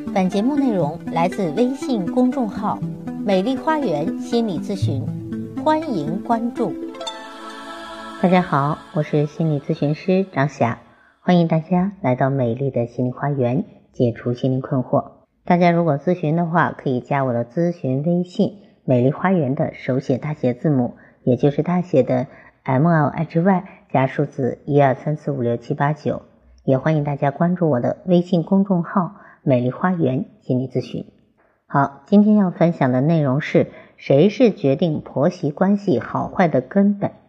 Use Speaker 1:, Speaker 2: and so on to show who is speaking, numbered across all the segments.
Speaker 1: 本节目内容来自微信公众号美丽花园心理咨询，欢迎关注。
Speaker 2: 大家好，我是心理咨询师张霞，欢迎大家来到美丽的心理花园，解除心灵困惑。大家如果咨询的话，可以加我的咨询微信美丽花园的手写大写字母，也就是大写的 MLHY 加数字123456789，也欢迎大家关注我的微信公众号美丽花园心理咨询。好，今天要分享的内容是谁是决定婆媳关系好坏的根本。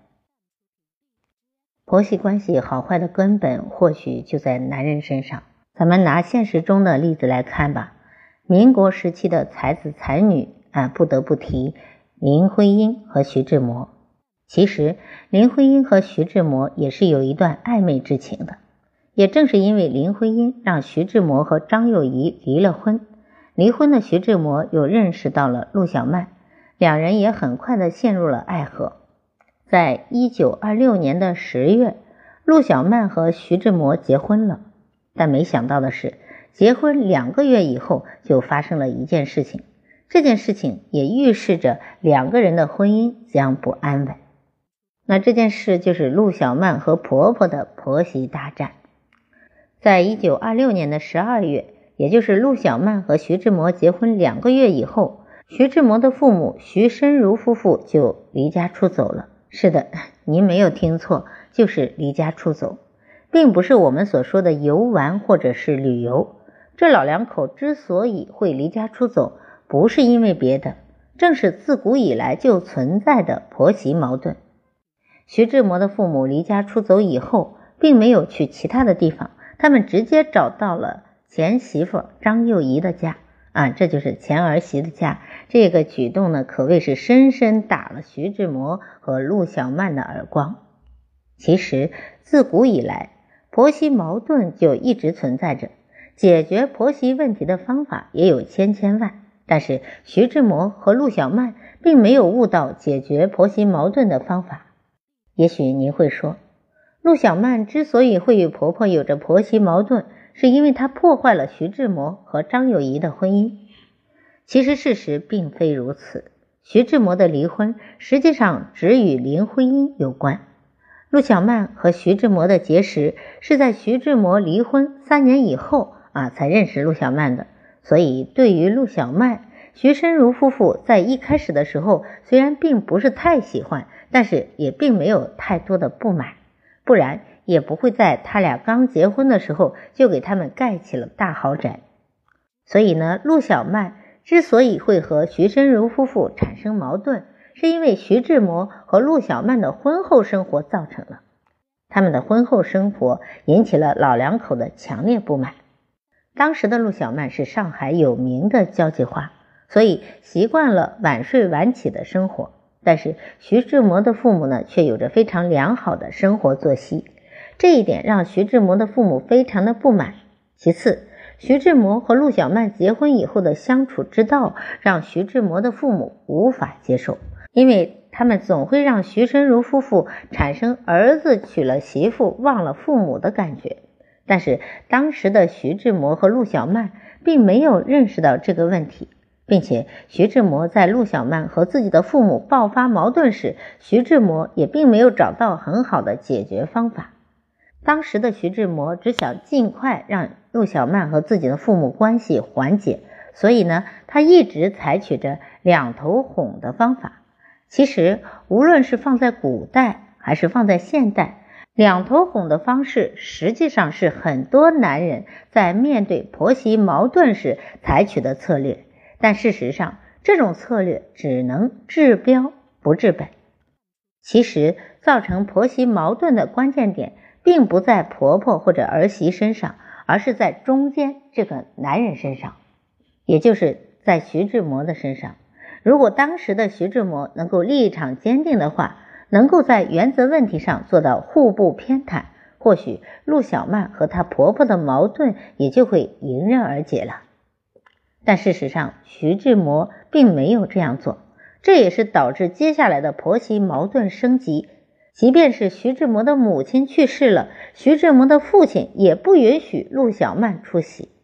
Speaker 2: 婆媳关系好坏的根本或许就在男人身上。咱们拿现实中的例子来看吧。民国时期的才子才女不得不提林徽因和徐志摩。其实林徽因和徐志摩也是有一段暧昧之情的，也正是因为林徽因让徐志摩和张幼仪离了婚，离婚的徐志摩又认识到了陆小曼，两人也很快的陷入了爱河。在1926年的10月，陆小曼和徐志摩结婚了，但没想到的是，结婚2个月以后就发生了一件事情，这件事情也预示着两个人的婚姻将不安稳。那这件事就是陆小曼和婆婆的婆媳大战。在1926年的12月，也就是陆小曼和徐志摩结婚2个月以后，徐志摩的父母徐申如夫妇就离家出走了。是的，您没有听错，就是离家出走，并不是我们所说的游玩或者是旅游。这老两口之所以会离家出走，不是因为别的，正是自古以来就存在的婆媳矛盾。徐志摩的父母离家出走以后，并没有去其他的地方，他们直接找到了前媳妇张幼仪的家这就是前儿媳的家。这个举动呢，可谓是深深打了徐志摩和陆小曼的耳光。其实自古以来，婆媳矛盾就一直存在着，解决婆媳问题的方法也有千万，但是徐志摩和陆小曼并没有悟到解决婆媳矛盾的方法。也许您会说，陆小曼之所以会与婆婆有着婆媳矛盾，是因为她破坏了徐志摩和张幼仪的婚姻。其实事实并非如此，徐志摩的离婚实际上只与林徽因有关。陆小曼和徐志摩的结识是在徐志摩离婚3年以后才认识陆小曼的，所以对于陆小曼，徐申如夫妇在一开始的时候虽然并不是太喜欢，但是也并没有太多的不满，不然也不会在他俩刚结婚的时候就给他们盖起了大豪宅。所以呢，陆小曼之所以会和徐申如夫妇产生矛盾，是因为徐志摩和陆小曼的婚后生活造成了。他们的婚后生活引起了老两口的强烈不满。当时的陆小曼是上海有名的交际花，所以习惯了晚睡晚起的生活，但是徐志摩的父母呢，却有着非常良好的生活作息，这一点让徐志摩的父母非常的不满。其次，徐志摩和陆小曼结婚以后的相处之道让徐志摩的父母无法接受，因为他们总会让徐申如夫妇产生儿子娶了媳妇忘了父母的感觉。但是当时的徐志摩和陆小曼并没有认识到这个问题，并且徐志摩在陆小曼和自己的父母爆发矛盾时，徐志摩也并没有找到很好的解决方法。当时的徐志摩只想尽快让陆小曼和自己的父母关系缓解，所以呢，他一直采取着两头哄的方法。其实无论是放在古代还是放在现代，两头哄的方式实际上是很多男人在面对婆媳矛盾时采取的策略，但事实上这种策略只能治标不治本。其实造成婆媳矛盾的关键点并不在婆婆或者儿媳身上，而是在中间这个男人身上，也就是在徐志摩的身上。如果当时的徐志摩能够立场坚定的话，能够在原则问题上做到互不偏袒，或许陆小曼和她婆婆的矛盾也就会迎刃而解了。但事实上徐志摩并没有这样做，这也是导致接下来的婆媳矛盾升级。即便是徐志摩的母亲去世了，徐志摩的父亲也不允许陆小曼出席。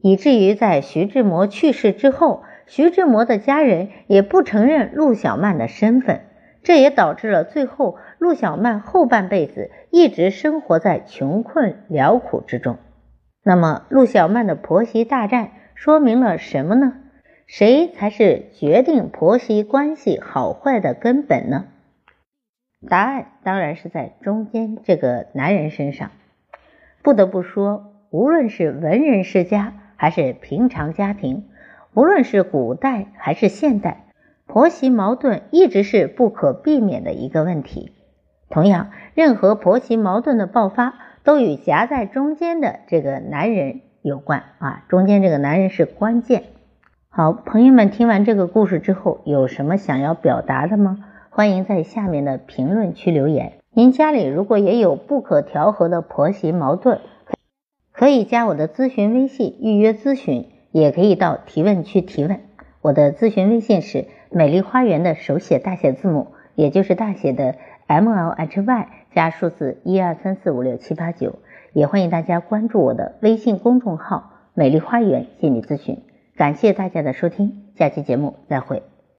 Speaker 2: 以至于在徐志摩去世之后，徐志摩的家人也不承认陆小曼的身份，这也导致了最后陆小曼后半辈子一直生活在穷困潦苦之中。那么陆小曼的婆媳大战说明了什么呢？谁才是决定婆媳关系好坏的根本呢？答案当然是在中间这个男人身上。不得不说，无论是文人世家还是平常家庭，无论是古代还是现代，婆媳矛盾一直是不可避免的一个问题。同样，任何婆媳矛盾的爆发都与夹在中间的这个男人有关中间这个男人是关键。好，朋友们听完这个故事之后，有什么想要表达的吗？欢迎在下面的评论区留言。您家里如果也有不可调和的婆媳矛盾，可以加我的咨询微信预约咨询，也可以到提问区提问。我的咨询微信是美丽花园的手写大写字母，也就是大写的 MLHY 加数字123456789，也欢迎大家关注我的微信公众号美丽花园心理咨询。感谢大家的收听，下期节目再会。